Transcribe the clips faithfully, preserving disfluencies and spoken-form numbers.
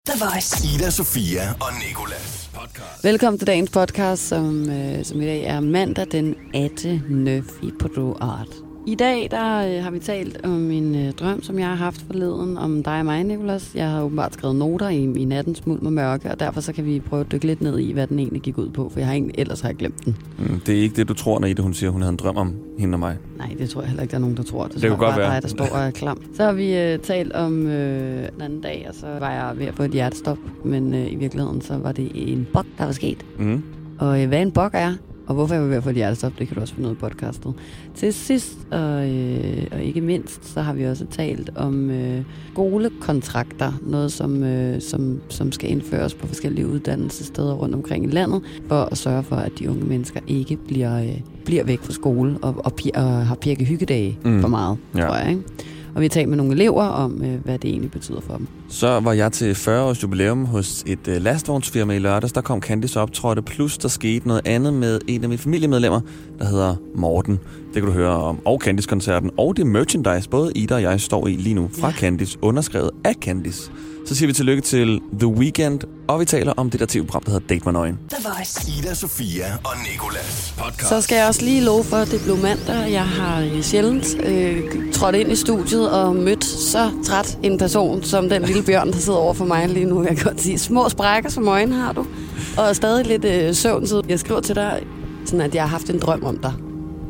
The Voice. Ida, Sofia og Nicolas podcast. Velkommen til dagens podcast, som, øh, som i dag er mandag den attende februar. I dag der øh, har vi talt om en øh, drøm, som jeg har haft forleden, om dig og mig, Nicolas. Jeg har åbenbart skrevet noter i, i nattens mulm og mørke, og derfor så kan vi prøve at dykke lidt ned i, hvad den egentlig gik ud på, for jeg har egentlig, ellers har jeg glemt den. Mm, det er ikke det, du tror, når Ida hun siger, hun havde en drøm om hende og mig. Nej, det tror jeg heller ikke, der er nogen, der tror. Det, det tror kunne godt bare være dig, der står og er klam. Så har vi øh, talt om øh, en anden dag, og så var jeg ved at få et hjertestop, men øh, i virkeligheden så var det en bug, der var sket. Mm. Og øh, hvad en bug er, og hvorfor jeg var ved at få et hjertestop, det kan du også finde ud af podcastet. Til sidst, og, øh, og ikke mindst, så har vi også talt om øh, skolekontrakter. Noget, som, øh, som, som skal indføres på forskellige uddannelsessteder rundt omkring i landet, for at sørge for, at de unge mennesker ikke bliver, øh, bliver væk fra skole og, og, pir- og har pirke hyggedage mm. for meget, ja. tror jeg, ikke? Og vi har talt med nogle elever om, øh, hvad det egentlig betyder for dem. Så var jeg til fyrre års jubilæum hos et øh, lastvognsfirma i lørdags. Der kom Candice og optrådte, plus der skete noget andet med en af mine familiemedlemmer, der hedder Morten. Det kan du høre om. Og Candice-koncerten og det merchandise, både Ida og jeg står i lige nu fra ja. Candice, underskrevet af Candice. Så siger vi tillykke til The Weeknd, og vi taler om det der T V-program, der hedder Date mig nøgen. The Voice. Ida, Sofia og Nicolas podcast. Så skal jeg også lige love for, at det blev mandag. Jeg har sjældent øh, trådt ind i studiet og mødt så træt en person, som den lille bjørn, der sidder over for mig lige nu. Jeg kan godt sige, små sprækker som øjne har du, og stadig lidt øh, søvnsid. Jeg skriver til dig, sådan at jeg har haft en drøm om dig.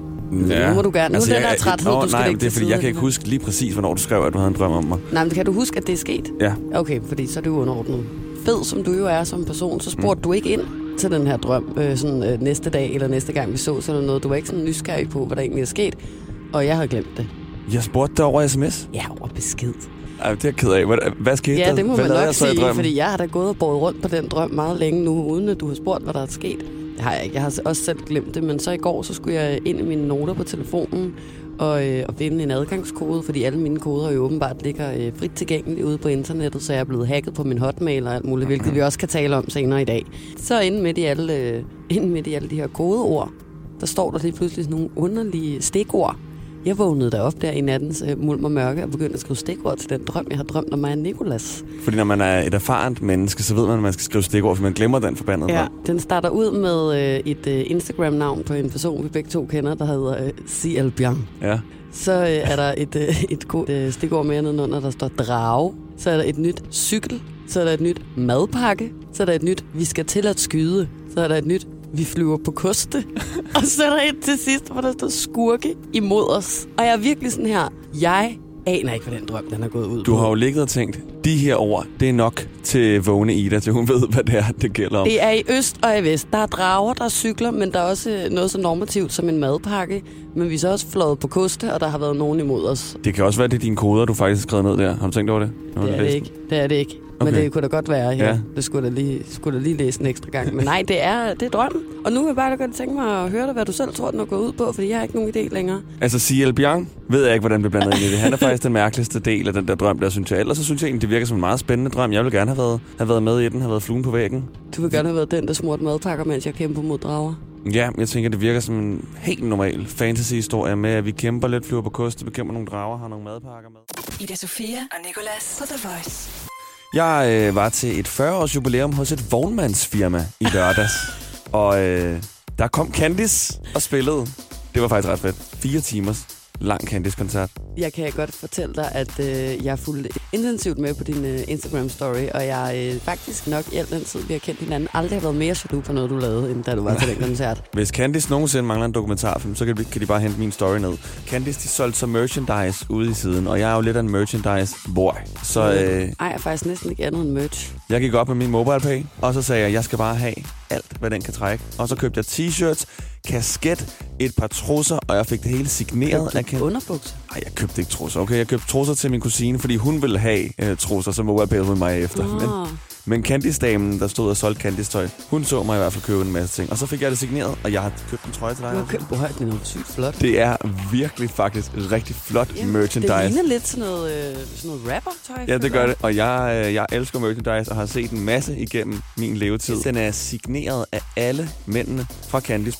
Ja. Nu må du gerne. Nu altså, er den der træthed, jeg, du skal nej, lægge det er til fordi, side. jeg kan ikke huske lige præcis, hvornår du skrev, at du havde en drøm om mig. Nej, men kan du huske, at det er sket? Ja. Okay, fordi så er det jo underordnet. Fed som du jo er som person, så spurgte mm. du ikke ind til den her drøm øh, sådan, øh, næste dag eller næste gang vi så sådan noget. Du var ikke sådan nysgerrig på, hvad der egentlig er sket, og jeg havde glemt det. Jeg spurgte dig over sms? Ja, over besked. Ej, det er jeg ked af. Hvad, hvad skete ja, der? det må hvad man nok jeg så sige, fordi jeg har da gået og båret rundt på den drøm meget længe nu, uden at du har spurgt, hvad der er sket. Det har jeg ikke. Jeg har også selv glemt det, men så i går, så skulle jeg ind i mine noter på telefonen og, øh, og finde en adgangskode, fordi alle mine koder jo åbenbart ligger øh, frit tilgængeligt ude på internettet, så jeg er blevet hacket på min hotmail og alt muligt, hvilket vi også kan tale om senere i dag. Så inde midt i alle, øh, inde midt i alle de her kodeord, der står der lige pludselig sådan nogle underlige stikord. Jeg vågnede derop der i nattens øh, mulm og mørke og begyndte at skrive stikord til den drøm, jeg har drømt om mig og Nicolas. Fordi når man er et erfarent menneske, så ved man, at man skal skrive stikord, for man glemmer den forbandede. Ja, den starter ud med øh, et øh, Instagram-navn på en person, vi begge to kender, der hedder øh, C L Bjørn. Ja. Så øh, er der et, øh, et, et øh, stikord mere nedenunder, der står drage. Så er der et nyt cykel. Så er der et nyt madpakke. Så er der et nyt, vi skal til at skyde. Så er der et nyt, vi flyver på koste. Og så er der et til sidst, hvor der står skurke imod os. Og jeg er virkelig sådan her, jeg aner ikke, hvad den drøm, den er gået ud Du på. har jo ligget og tænkt, de her ord, det er nok til vågne Ida, til hun ved, hvad det er, det gælder om. Det er i øst og i vest. Der er drager, der er cykler, men der er også noget så normativt som en madpakke. Men vi er så også flået på koste, og der har været nogen imod os. Det kan også være, det er dine koder, du faktisk har skrevet ned der. Har du tænkt over det? Det er det ikke. Det er det ikke. Okay. Men det kunne da godt være her. Ja. Det skulle da lige, skulle da lige læse en ekstra gang. Men nej, det er, det er drømmen. Og nu vil jeg bare godt tænke mig at høre dig, hvad du selv tror, den er gået ud på, fordi jeg har ikke nogen idé længere. Altså, C L Bjørn ved jeg ikke, hvordan det bliver blandet ind i det. Han er faktisk den mærkeligste del af den der drøm, der synes jeg. Ellers så synes jeg egentlig, det virker som en meget spændende drøm. Jeg vil gerne have været, have været med i den, have været fluen på væggen. Du vil gerne have været den, der smurte madpakker, mens jeg kæmper mod drager. Ja, jeg tænker, det virker som en helt normal fantasy-historie med, at vi kæmper lidt, flyver på koste, bekæmper nogle drager, har nogle madpakker med. Ida, Sofia og Nicolas på The Voice. Jeg øh, var til et fyrre års jubilæum hos et vognmandsfirma i lørdags. Og øh, der kom Candice og spillede. Det var faktisk ret fedt. Fire timers lang Candice-koncert. Jeg kan godt fortælle dig, at øh, jeg er fuldt intensivt med på din øh, Instagram-story, og jeg øh, faktisk nok i al den tid, vi har kendt hinanden, aldrig har været mere jaloux på noget, du lavede, end da du var til den koncert. Hvis Candice nogensinde mangler en dokumentarfilm, så kan de, kan de bare hente min story ned. Candice, de solgte så merchandise ude i siden, og jeg er jo lidt af en merchandise-boy. Så øh, Ej, jeg er faktisk næsten ikke andet end merch. Jeg gik op med min MobilePay, og så sagde jeg, at jeg skal bare have alt, hvad den kan trække. Og så købte jeg t-shirts, kasket, et par trusser, og jeg fik det hele signeret. Købte du underbukser? Nej, jeg købte ikke trusser. Okay, jeg købte trusser til min kusine, fordi hun ville have øh, trusser, så MobilePay med mig efter. Oh. Men, men Candice-damen, der stod og solgte Candice-tøj, hun så mig i hvert fald købe en masse ting. Og så fik jeg det signeret, og jeg har købt en trøje til dig. Du har købt på højt, det er sygt flot. Det er virkelig faktisk rigtig flot Jamen, merchandise. Det ligner lidt sådan noget, øh, sådan noget rapper-tøj. Ja, det gør det. Og jeg, øh, jeg elsker merchandise og har set en masse igennem min levetid. Den er signeret af alle mændene fra Candice Band.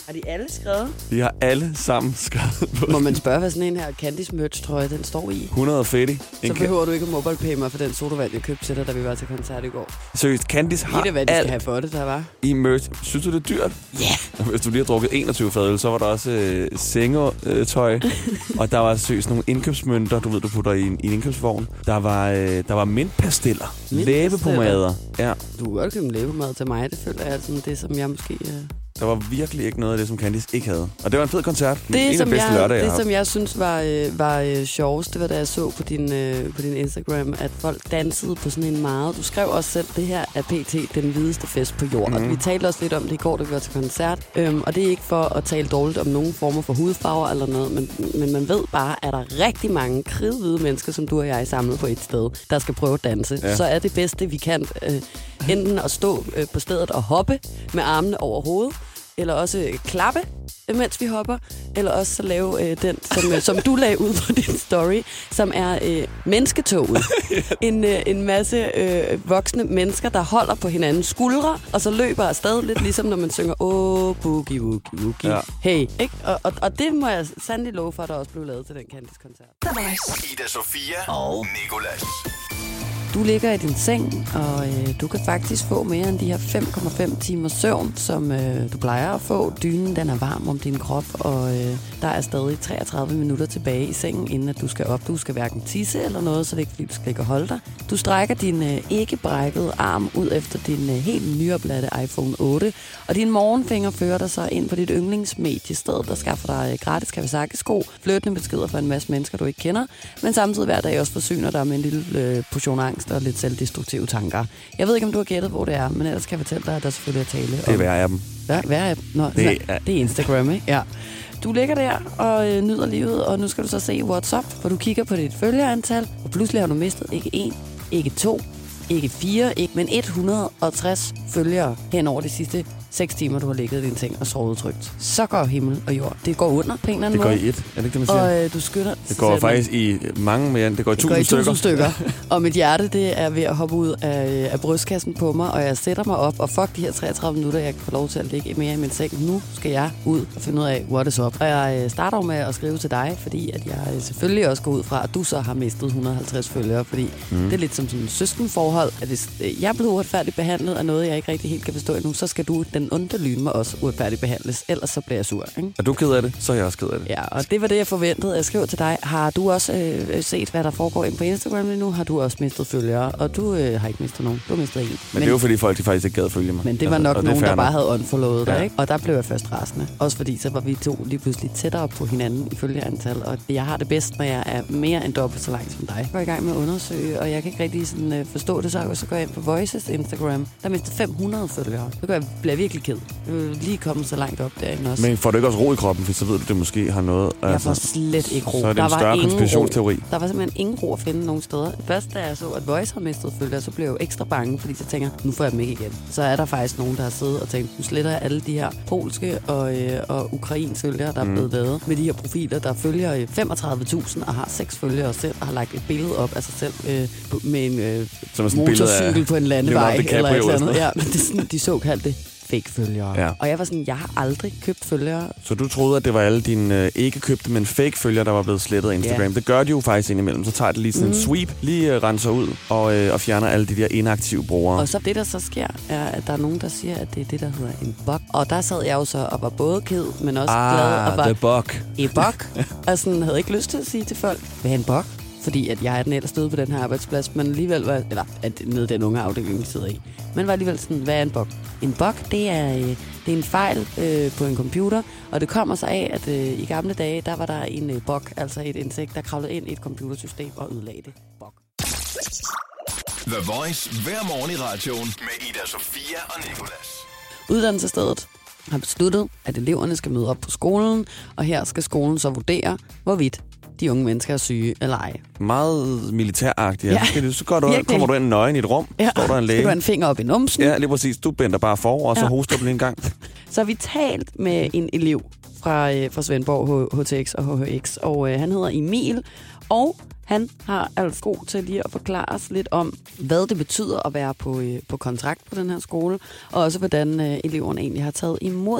Har de alle skrevet? De har alle sammen skrevet på. Må man spørge, hvad sådan en her Candice merch-trøje, den står i? hundrede fedt. Så behøver du ikke mobile pay mig for den sodavand, jeg købte til dig, da vi var til koncert i går. Seriøst, Candice har alt. Hvad de alt skal have for det, der var. I merch. Synes du, det er dyrt? Ja. Yeah. Hvis du lige har drukket enogtyve fadøl, så var der også øh, sengetøj. Og der var seriøst nogle indkøbsmønter, du ved, du putter i en, i en indkøbsvogn. Der var, øh, der var mintpastiller. Læbepomader. Ja. Du kan godt købe en læbepomade til mig, det føler jeg sådan det, som jeg måske... Øh... Der var virkelig ikke noget af det, som Candice ikke havde. Og det var en fed koncert. Det, en som, af bedste jeg, lørdag, det jeg som jeg synes var, øh, var øh, sjovest, det var da jeg så på din, øh, på din Instagram, at folk dansede på sådan en meget. Du skrev også selv, det her er P T den hvideste fest på jorden. Mm. Og vi talte også lidt om det i går, da vi var til koncert. Øhm, og det er ikke for at tale dårligt om nogen former for hudfarver eller noget, men, men man ved bare, at der er rigtig mange kridhvide mennesker, som du og jeg er samlet på et sted, der skal prøve at danse. Ja. Så er det bedste, vi kan, øh, enten at stå øh, på stedet og hoppe med armene over hovedet, eller også øh, klappe, mens vi hopper, eller også så lave øh, den, som, øh, som du lagde ud på din story, som er øh, mennesketoget. en, øh, en masse øh, voksne mennesker, der holder på hinandens skuldre, og så løber afsted, lidt ligesom når man synger, åh, boogie, woogie, woogie, ja. Hey, ikke? Og, og, og det må jeg sandelig love for, at der også blev lavet til den Candice-koncert. Ida Sofia og Nicolas. Du ligger i din seng, og øh, du kan faktisk få mere end de her fem komma fem timer søvn, som øh, du plejer at få. Dynen, den er varm om din krop, og øh, der er stadig treogtredive minutter tilbage i sengen, inden at du skal op. Du skal hverken tisse eller noget, så det er ikke fordi, du skal ikke holde dig. Du strækker din øh, ikke brækkede arm ud efter din øh, helt nyoplatte iPhone otte, og din morgenfinger fører dig så ind på dit yndlingsmediested, der skaffer dig øh, gratis Kawasaki-sko, flirtende beskeder fra en masse mennesker, du ikke kender, men samtidig hver dag også forsyner dig med en lille øh, portion angst og lidt selvdestruktive tanker. Jeg ved ikke, om du har gættet, hvor det er, men ellers kan jeg fortælle dig, at der selvfølgelig er tale om... Det er hver af dem. Ja, hver af dem. Nå, det, er... det er Instagram, ikke? Ja. Du ligger der og øh, nyder livet, og nu skal du så se WhatsApp, for du kigger på dit følgerantal, og pludselig har du mistet ikke én, ikke to, ikke fire, ikke, men et hundrede og tres følgere hen over de sidste seks timer, du har ligget i din seng og sovet trygt. Så går himmel og jord. Det går under på en eller anden måde. Det går i et, er det ikke det, man siger? Og øh, du skynder... Det går faktisk i mange mere end... Det går i tusind stykker. Det går i tusind stykker. Og mit hjerte, det er ved at hoppe ud af, af brystkassen på mig, og jeg sætter mig op, og fuck de her treogtredive minutter, jeg kan få lov til at ligge mere i min seng. Nu skal jeg ud og finde ud af, what is up. Og jeg starter med at skrive til dig, fordi at jeg selvfølgelig også går ud fra, at du så har mistet et hundrede og halvtreds følgere, fordi mm. det er lidt som sådan et søskenforhold, at hvis jeg er blevet uretfærdigt behandlet af noget, jeg ikke rigtig helt kan forstå endnu, så skal du den onde lyne mig også uretfærdigt behandles, ellers så bliver jeg sur. Ikke? Er du ked af det, så er jeg også ked af det. Ja, og det var det, jeg forventede. Jeg skrev til dig, har du også øh, set, hvad der foregår inde på Instagram lige nu? Har du også mistet følgere? Og du øh, har ikke mistet nogen. Du har mistet en. Men, men det er jo fordi folk, de faktisk ikke gad at følge mig. Men det var nok altså, nogen, der bare havde unfollowet dig, ja. Ikke? Og der blev jeg først rasende. Også fordi så var vi to lige pludselig tættere på hinanden i følgeantal. Og jeg har det bedst, når jeg er mere end dobbelt så langt som dig. Jeg går i gang med at undersøge, og jeg kan ikke rigtig sådan, øh, forstå det, så, så går jeg ind på Voices Instagram. Der mistede fem hundrede følgere. Så jeg bliver virkelig ked. Jeg vil lige komme så langt op derinde også. Men får du ikke også ro i kroppen, for så ved du, det måske har noget... Jeg altså, får slet ikke ro. Så er det en der større konspirationsteori. Der var simpelthen ingen ro at finde nogen steder. Først da jeg så, at Voice havde mistet følgere, så blev jeg jo ekstra bange, fordi så tænker nu får jeg dem ikke igen. Så er der faktisk nogen, der har siddet og tænkt, nu sletter jeg alle de her polske og, øh, og ukrainske følgere, der er blevet mm. lavet med de her profiler, der følger femogtredive tusind og har seks følgere selv, og har lagt et billede op af sig selv øh, med en øh, motorcykel på en landevej eller et eller andet. Ja, men det er sådan de såkaldte fake-følgere. Ja. Og jeg var sådan, jeg har aldrig købt følgere. Så du troede, at det var alle dine øh, ikke købte, men fake-følgere, der var blevet slettet af Instagram. Ja. Det gør de jo faktisk indimellem. Så tager det lige sådan mm. en sweep, lige øh, renser ud og, øh, og fjerner alle de der inaktive brugere. Og så det, der så sker, er, at der er nogen, der siger, at det er det, der hedder en bug. Og der sad jeg jo så og var både ked, men også ah, glad. Og var the bug. En bug. Og sådan havde ikke lyst til at sige til folk, hvad er en bug? Fordi at jeg er den ellers støde på den her arbejdsplads, men alligevel var, eller at nede den unge afdeling, vi sidder i. Men var alligevel sådan, hvad er en bug? En bug, det er, øh, det er en fejl øh, på en computer, og det kommer så af, at øh, i gamle dage, der var der en øh, bug, altså et insekt, der kravlede ind i et computersystem og ødelagde det. Bug. The Voice hver morgen i radioen med Ida Sofia og Nicolas. Uddannelsesstedet har besluttet, at eleverne skal møde op på skolen, og her skal skolen så vurdere, hvorvidt de unge mennesker er syge eller ej. Meget militæragtigt. Ja. Ja. Så går du, kommer du ind nøgen i et rum, ja. Står der en læge. Så du har en finger op i numsen. Ja, lige præcis. Du bender bare for, og så ja. hoster du lige en gang. Så har vi talt med en elev fra, øh, fra Svendborg H T X og H H X, og øh, han hedder Emil, og han har altså god til lige at forklare os lidt om, hvad det betyder at være på, øh, på kontrakt på den her skole, og også hvordan øh, eleverne egentlig har taget imod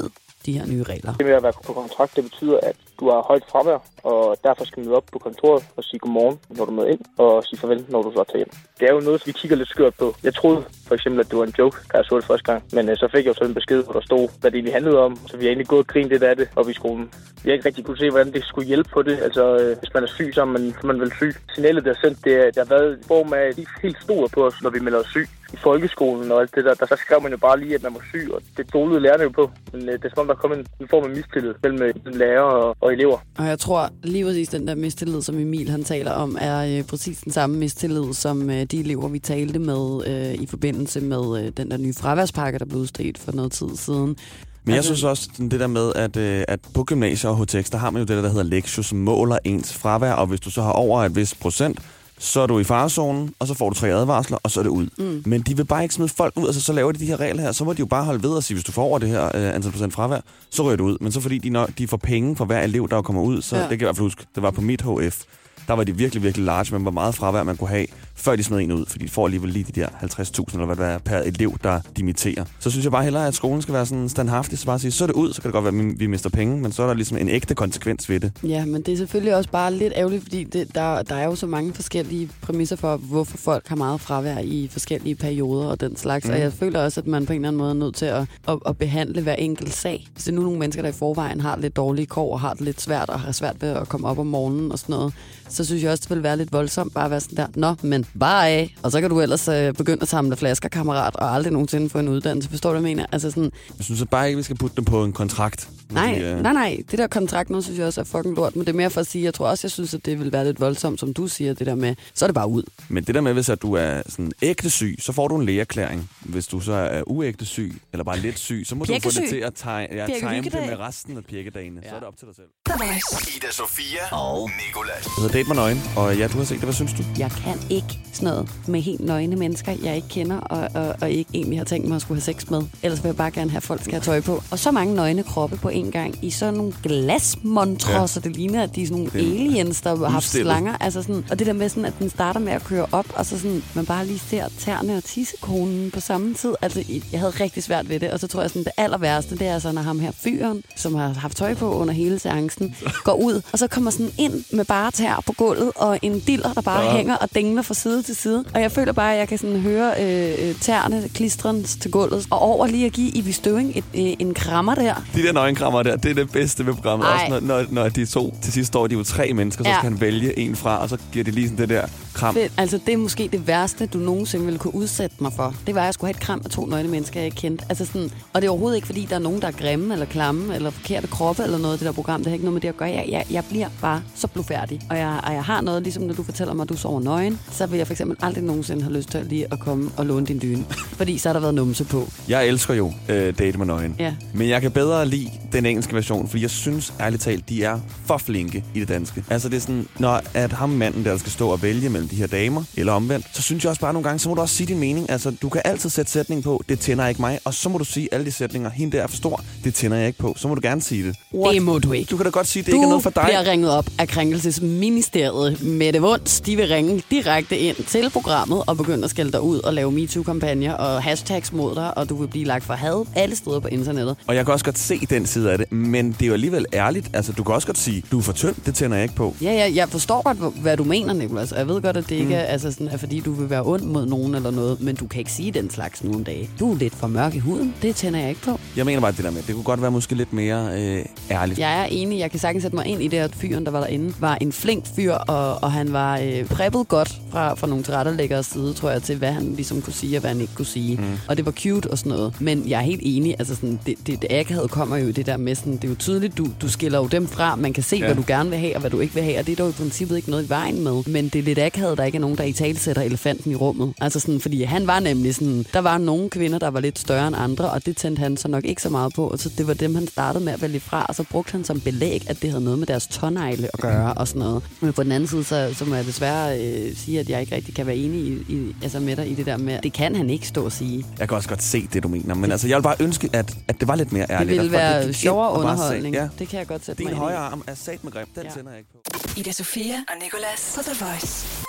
de her nye regler. Det med at være på kontrakt, det betyder, at du har højt fravær, og derfor skal du møde op på kontoret og sige godmorgen, når du møder ind, og sige farvel, når du så tager hjem. Det er jo noget, vi kigger lidt skørt på. Jeg troede for eksempel, at det var en joke, da jeg så det første gang. Men øh, så fik jeg jo sådan en besked, hvor der stod, hvad det egentlig handlede om. Så vi har egentlig gået og grint lidt af det oppe i skolen. Vi har ikke rigtig kunne se, hvordan det skulle hjælpe på det. Altså, øh, hvis man er syg, så er man, så er man vel syg. Signalet, der er sendt, det, det har været i form af helt store på os, når vi melder os syg. I folkeskolen og alt det der, der så skrev man jo bare lige, at man var syg, og det dolede lærerne jo på. Men øh, det er som om, der kom en, en form af mistillid mellem lærer og, og elever. Og jeg tror lige præcis den der mistillid, som Emil han taler om, er øh, præcis den samme mistillid, som øh, de elever, vi talte med øh, i forbindelse med øh, den der nye fraværspakke, der blev udstedt for noget tid siden. Men jeg synes også, det der med, at, at på gymnasier og H T X, der har man jo det der, der hedder Lexio, som måler ens fravær, og hvis du så har over et vis procent, så er du i farezonen, og så får du tre advarsler, og så er det ud. Mm. Men de vil bare ikke smide folk ud, altså så laver de de her regler her, så må de jo bare holde ved og sige, hvis du får over det her øh, antal procent fravær, så ryger du ud. Men så fordi de, når, de får penge for hver elev, der kommer ud, så ja. Det kan jeg i hvert fald huske, det var på mit H F, der var de virkelig, virkelig large, men hvor meget fravær man kunne have, før de smed en ud, fordi de får alligevel lige de der halvtreds tusind, eller hvad det er, per elev, der dimitterer. Så synes jeg bare hellere, at skolen skal være sådan standhaftig, så bare sige, så er det ud, så kan det godt være, at vi mister penge, men så er der ligesom en ægte konsekvens ved det. Ja, men det er selvfølgelig også bare lidt ærgerligt, fordi det, der, der er jo så mange forskellige præmisser for, hvorfor folk har meget fravær i forskellige perioder og den slags, mm. og jeg føler også, at man på en eller anden måde er nødt til at, at, at behandle hver enkelt sag. Hvis det er nu nogle mennesker, der i forvejen har lidt dårlige kår og har det lidt svært og har svært ved at komme op om morgenen og sådan noget, så synes jeg også, det vil være lidt voldsomt bare at være sådan der, nå, men bare af, og så kan du ellers øh, begynde at samle flasker, kammerat, og aldrig nogensinde få en uddannelse. Forstår du, hvad jeg mener? Altså sådan, jeg synes bare ikke, vi skal putte dem på en kontrakt. Nej, de, øh... nej, nej. Det der kontrakt nu, synes jeg også er fucking lort, men det er mere for at sige, jeg tror også, jeg synes, at det vil være lidt voldsomt, som du siger, det der med, så er det bare ud. Men det der med, hvis at du er sådan ægte syg, så får du en lægeerklæring. Hvis du så er uægte syg, eller bare lidt syg, så må du få det til at tegne ja, det med resten af pirkedagene. Ja. Så er det op til dig selv. Ida Sofia og Nicolas. Det hedder Date med nøgen, og ja, du har set det. Hvad synes du? Jeg kan ikke sådan noget med helt nøgne mennesker, jeg ikke kender, og, og, og ikke egentlig har tænkt mig at skulle have sex med. Ellers vil jeg bare gerne have, at folk skal have tøj på. Og så mange nøgne kroppe på en gang i sådan nogle glasmontre, ja. Så det ligner, at de er sådan nogle aliens, der har haft slanger. Altså sådan, og det der med, sådan, at den starter med at køre op, og så sådan, man bare lige ser tæerne og tissekonen på samme tid. Altså, jeg havde rigtig svært ved det, og så tror jeg, sådan, det aller værste, det er så, når ham her fyren, som har haft tøj på under hele seancen, går ud, og så kommer sådan ind med bare tær på gulvet, og en diller, der bare ja. hænger og dingler fra side til side. Og jeg føler bare, at jeg kan sådan høre øh, tæerne klistrens til gulvet, og over lige at give Ivi Støving et, øh, en krammer der. De der nøgenkrammer der, det er det bedste ved programmet. Ej. Også når, når, når de to, til sidst står de jo tre mennesker, så ja. skal han vælge en fra, og så giver de lige sådan det der kram. Fedt. Altså, det er måske det værste, du nogensinde ville kunne udsætte mig for. Det var, at jeg skulle have et kram af to nøgne mennesker, jeg ikke kendte. Altså sådan, og det er overhovedet ikke, fordi der er nogen, der er grimme, eller klamme, eller forkerte kroppe, eller noget af det der program. Det har ikke noget med det at gøre. Jeg, jeg, jeg bliver bare så blufærdig. Og jeg, og jeg har noget, ligesom når du fortæller mig, at du sover nøgen, så vil jeg for eksempel aldrig nogensinde have lyst til lige at komme og låne din dyne. Fordi så har der været numse på. Jeg elsker jo øh, Date med nøgen. Ja. Men jeg kan bedre lide den engelske version, fordi jeg synes ærligt talt, de er for flinke i det danske. Altså det er sådan, når at ham manden der skal stå og vælge mellem de her damer, eller omvendt, så synes jeg også bare nogle gange, så må du også sige din mening. Altså du kan altid sætte sætning på, det tænder ikke mig, og så må du sige alle de sætninger, hende der er for stor, det tænder jeg ikke på. Så må du gerne sige det. What? Det må du ikke. Du kan da godt sige, det du ikke er noget for dig. Du bliver ringet op af Krænkelsesministeriet med det vunds. De vil ringe direkte ind til programmet og begynde at skælde dig ud og lave MeToo-kampagner og hashtags mod dig, og du vil blive lagt for had alle steder på internettet. Og jeg kan også godt se den side af det, men det er jo alligevel ærligt. Altså, du kan også godt sige, du er for tynd, det tænder jeg ikke på. Ja, ja, jeg forstår godt, hvad du mener, Nicolas. Jeg ved godt, at det ikke mm. er, altså sådan, er, fordi du vil være ond mod nogen eller noget, men du kan ikke sige den slags nogle dage. Du er lidt for mørk i huden, det tænder jeg ikke på. Jeg mener bare det der med, det kunne godt være måske lidt mere øh, ærligt. Jeg er enig, jeg kan sagtens sætte mig ind i det, at fyren, der var derinde, var en flink fyr, og, og han var øh, preppet godt fra, fra nogle tilrettelæggeres side, tror jeg, til hvad han ligesom kunne sige og hvad han ikke kunne sige. Mm. Og det var cute og sådan noget. Men jeg er helt enig, altså sådan, det, det, det akavet kommer jo i det der med sådan, det er jo tydeligt, du, du skiller jo dem fra, man kan se, ja. hvad du gerne vil have og hvad du ikke vil have, og det er dog i princippet ikke noget i vejen med. Men det er lidt akavet, der ikke er nogen, der i tale sætter elefanten i rummet. Altså sådan, fordi han var nemlig sådan, der var nogle kvinder, der var lidt større end andre, og det tændte han så nok ikke så meget på, og så det var dem, han startede med at vælge fra, og så brugte han som belæg, at det havde noget med deres tånegle at gøre og sådan noget. Men på den anden side, så, så må jeg desværre øh, sige, at jeg ikke rigtig kan være enig i, i, altså med dig i det der med, det kan han ikke stå og sige. Jeg kan også godt se det, du mener, men altså, jeg vil bare ønske, at, at det var lidt mere ærligt. Det ville være sjovere underholdning. Ja. Det kan jeg godt sætte Din mig højre arm er sat med grim, den ja. tænder jeg ikke på. Ida Sofia og Nicolas på The Voice.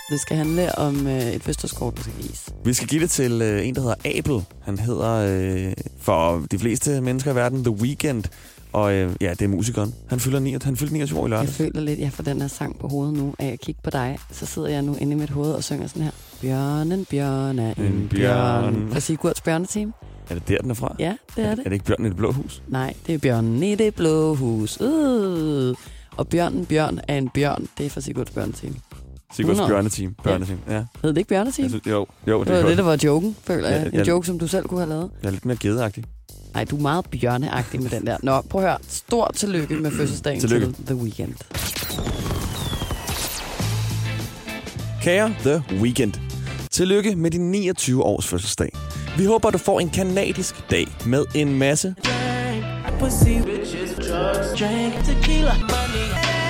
Det skal handle om øh, et fødselskort, der skal gives. Vi skal give det til øh, en, der hedder Abel. Han hedder øh, for de fleste mennesker i verden The Weeknd. Og øh, ja, det er musikeren. Han fylder ni, han fylder niogtyve år i lørdag. Jeg føler lidt, jeg får den her sang på hovedet nu, af at kigge på dig. Så sidder jeg nu inde i mit hoved og synger sådan her. Bjørnen, bjørn er en, en bjørn. bjørn. Fra Sigurds børneteam. Er det der, den er fra? Ja, det er det. Er det ikke Bjørnen i det blå hus? Nej, det er Bjørnen i det blå hus. Uh. Og Bjørnen, bjørn er en bjørn. Det er fra Sigurds børneteam. Sigurds hundrede. Børneteam. Børneteam, ja. ja. Hed det ikke børneteam? Synes, jo, jo, det, Det var er det, der var joken, føler jeg. Ja, En jeg- joke, som du selv kunne have lavet. Jeg er lidt mere gædeagtig. Nej, du er meget bjørneagtig med den der. Nå, prøv at høre. Stort tillykke med fødselsdagen Tillykke. til The Weeknd. Kære The Weeknd, tillykke med din niogtyve års fødselsdag. Vi håber, du får en kanadisk dag med en masse Pussy, bitches, drugs, drink, tequila, money,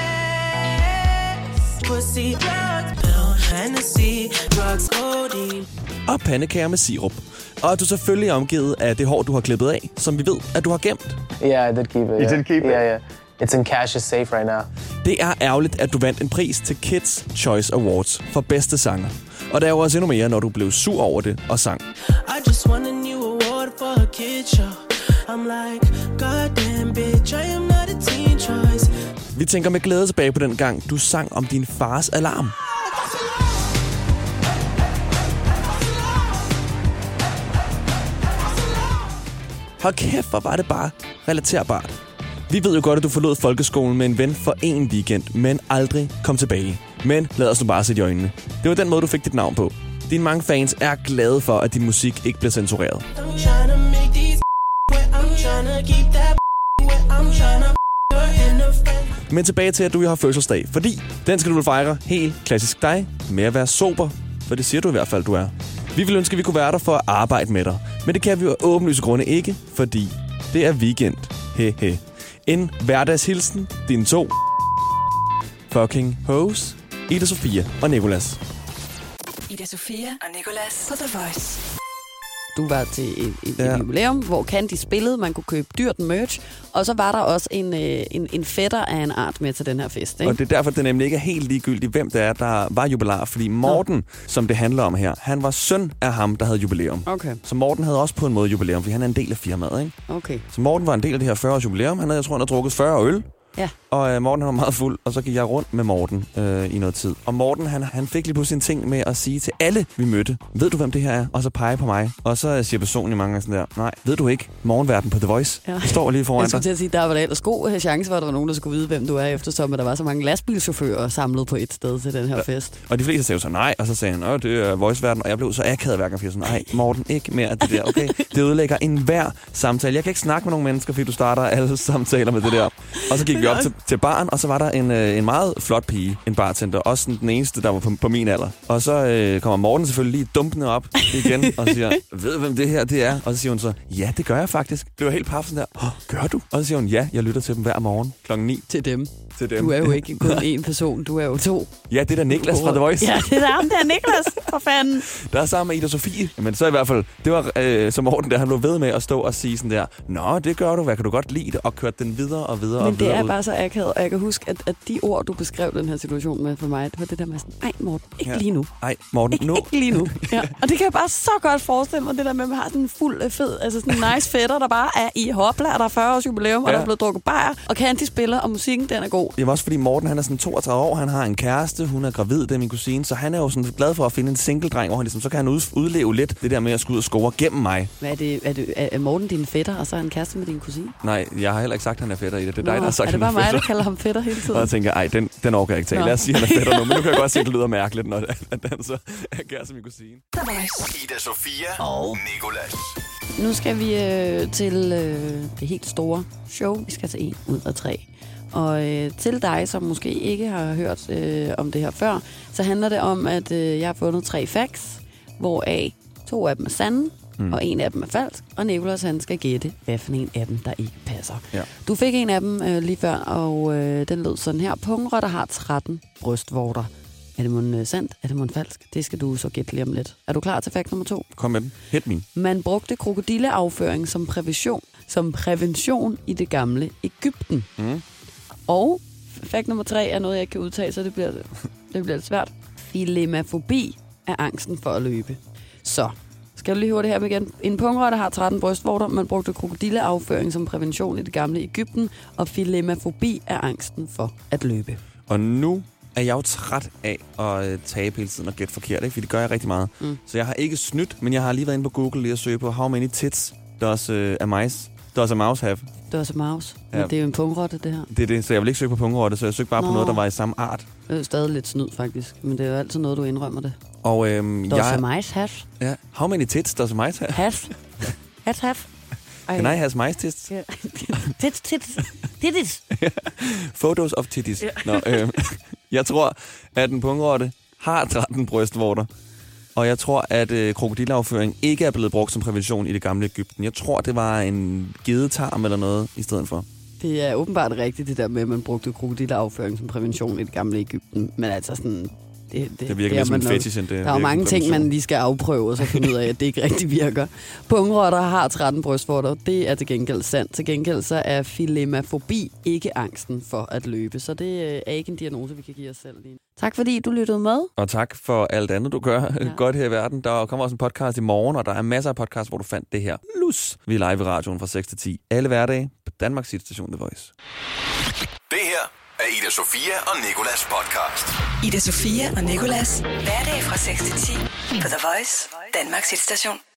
ass. Pussy, drugs, pill, Hennessy, drugs, codeine. og pandekager med sirup. Og at du selvfølgelig er omgivet af det hår, du har klippet af, som vi ved, at du har gemt. Yeah, I did keep it. You yeah. did keep it? Yeah, yeah. It's in Cash's safe right now. Det er ærgerligt, at du vandt en pris til Kids Choice Awards for bedste sanger. Og der er jo også endnu mere, når du blev sur over det og sang. I just won a new award for a kid show. I'm like, goddamn bitch, I am not a teen choice. Vi tænker med glæde tilbage på den gang, du sang om din fars alarm. Hold kæft, hvor var det bare relaterbart. Vi ved jo godt, at du forlod folkeskolen med en ven for en weekend, men aldrig kom tilbage. Men lad os nu bare se i øjnene. Det var den måde, du fik dit navn på. Dine mange fans er glade for, at din musik ikke bliver censureret. I'm tryna make these wet, I'm tryna keep that wet, I'm tryna her in the front. Men tilbage til, at du har fødselsdag, fordi den skal du vel fejre helt klassisk dig med at være sober, for det siger du i hvert fald, du er. Vi vil ønske, at vi kunne være der for at arbejde med dig, men det kan vi jo af åbenlyse grunde ikke, fordi det er weekend. Hehe. En hverdagshilsen, dine to fucking hoes, Ida Sofia og Nicolas. Ida Sofia og Nicolas på The Voice. Du var til et, et, Ja. et jubilæum, hvor Candy spillede. Man kunne købe dyrt merch. Og så var der også en, øh, en, en fætter af en art med til den her fest. Ikke? Og det er derfor, det nemlig ikke er helt ligegyldigt, hvem det er, der var jubilar. Fordi Morten, Nå. som det handler om her, han var søn af ham, der havde jubilæum. Okay, Så Morten havde også på en måde jubilæum, fordi han er en del af firmaet, ikke? okay. Så Morten var en del af det her fyrre års jubilæum. Han havde, jeg tror, han havde drukket fyrre øl. Ja. Og øh, Morten han var meget fuld, og så gik jeg rundt med Morten øh, i noget tid. Og Morten han, han fik lige pludselig en ting med at sige til alle, vi mødte, ved du, hvem det her er? Og så pege på mig. Og så siger personen i mange gange sådan der, nej, ved du ikke, morgenverden på The Voice Ja. står lige foran Jeg dig. skulle til at sige, der var da ellers god chance for, at der var nogen, der skulle vide, hvem du er, eftersom at der var så mange lastbilchauffører samlet på et sted til den her fest. Og de fleste sagde jo så nej, og så sagde han, åh, det er Voice-verden, og jeg blev så akavet hver gang, fordi jeg sådan, nej, Morten, ikke mere af det der, okay? Det ødelægger enhver samtale. Jeg kan ikke snakke med nogle mennesker, fordi du starter alle samtaler med det der. Og så gik vi op til, til baren, og så var der en, øh, en meget flot pige, en bartender, også sådan den eneste, der var på, på min alder. Og så øh, kommer Morten selvfølgelig lige dumpende op igen, og siger, ved du, hvem det her det er? Og så siger hun så, ja, det gør jeg faktisk. Det var helt paf sådan der, åh, gør du? Og så siger hun, ja, jeg lytter til dem hver morgen klokken ni. Til dem. Til dem. Du er jo ikke kun én person, du er jo to. Ja, det er da Niklas fra The Voice. Ja, det er ham der, Niklas, for fanden. Der er sammen med Ida Sofie. Men så i hvert fald, det var øh, som Morten der, han blev ved med at stå og sige sådan der, nå, det gør du, hvad kan du godt lide det? Og kørte den videre og videre Men og det videre er ud. bare så akavet, og jeg kan huske, at, at de ord, du beskrev den her situation med for mig, det var det der med sådan, ej Morten, ikke Ja. lige nu. Ej, Morten, Ikke, nu. ikke lige nu. Ja. Og det kan jeg bare så godt forestille mig, det der med, at man har sådan en fuld øh, fed, altså sådan en nice fætter, der bare er i hopla, og der er fyrre års jubilæum, og Ja. der er blevet drukket bajer, og Candy spiller, og musikken, den er god. Det var også fordi Morten, han er sådan toogtredive år, han har en kæreste, hun er gravid, det er min kusine, så han er jo sådan glad for at finde en single-dreng, hvor han ligesom, så kan han ud, udleve lidt det der med at skulle ud og score gennem mig. Hvad er det? Er, det, er Morten din fætter, og så er han kæreste med din kusine? Nej, jeg har heller ikke sagt, at han er fætter i det. Det er Nå, dig, der har sagt, er det han bare mig, fætter. der kalder ham fætter hele tiden? Og jeg tænker, ej, den, den overgår jeg ikke tage. Nå. Lad os sige, at han er fætter nu, men nu kan jeg godt se, at det lyder mærkeligt, når at han så er kæreste med min kusine. The Voice. Ida Sofia og Nicolas. Nu skal vi øh, til øh, det helt store show. Vi skal til en ud af tre. Og øh, til dig, som måske ikke har hørt øh, om det her før, så handler det om, at øh, jeg har fundet tre facts, hvoraf to af dem er sande, mm. og en af dem er falsk. Og Nicolas, han skal gætte, hvad for en af dem, der ikke passer. Ja. Du fik en af dem øh, lige før, og øh, den lød sådan her. Pungrotter har tretten brystvorter. Er det mon øh, sandt? Er det mon falsk? Det skal du så gætte lige om lidt. Er du klar til fact nummer to? Kom med den. Hit me. Man brugte krokodilleafføring som prævention, som prævention i det gamle Egypten. Mm. Og fact nummer tre er noget, jeg ikke kan udtale, så det bliver, det bliver lidt svært. Filemafobi er angsten for at løbe. Så, skal du lige høre det her igen. En pungrotte har tretten brystvorter. Man brugte krokodilleafføring som prævention i det gamle Egypten. Og filemafobi er angsten for at løbe. Og nu er jeg jo træt af at tabe hele tiden og gætte forkert, ikke? For det gør jeg rigtig meget. Mm. Så jeg har ikke snydt, men jeg har lige været inde på Google lige at søge på how many tits does uh, a mice, does a mouse have? Does a mouse? Ja. Men det er jo en pungrotte, det her. Det er det, så jeg vil ikke søge på pungrotte, så jeg søgte bare Nå. på noget, der var i samme art. Det er jo stadig lidt snyd, faktisk. Men det er jo altid noget, du indrømmer det. Og øhm, does jeg... a mice have? Ja. How many tits does a mice have? Have. Have, have. Can I have mice tits? Yeah. Tits, tits, titties. Photos of titties. Yeah. Nå, øhm, jeg tror, at en pungrotte har tretten brystvorter. Og jeg tror, at øh, krokodilleafføring ikke er blevet brugt som prævention i det gamle Egypten. Jeg tror, det var en gedetarm eller noget i stedet for. Det er åbenbart rigtigt, det der med, at man brugte krokodilleafføring som prævention i det gamle Egypten. Men altså sådan... Det, det, det virker mere som en fetish, end det der er jo mange ting, man lige skal afprøve, og så finde ud af, at det ikke rigtig virker. Pungrotter har tretten brystvorter. Det er til gengæld sandt. Til gengæld så er filemafobi ikke angsten for at løbe. Så det er ikke en diagnose, vi kan give os selv lige. Tak fordi du lyttede med. Og tak for alt andet, du gør ja. godt her i verden. Der kommer også en podcast i morgen, og der er masser af podcasts, hvor du fandt det her. Lus! Vi er live i radioen fra seks til ti. Alle hverdage på Danmarks hitstation The Voice. Det her er Ida Sofia og Nicolas podcast. Ida Sofia og Nicolas. Hverdag fra seks til ti på The Voice, Danmarks hitstation.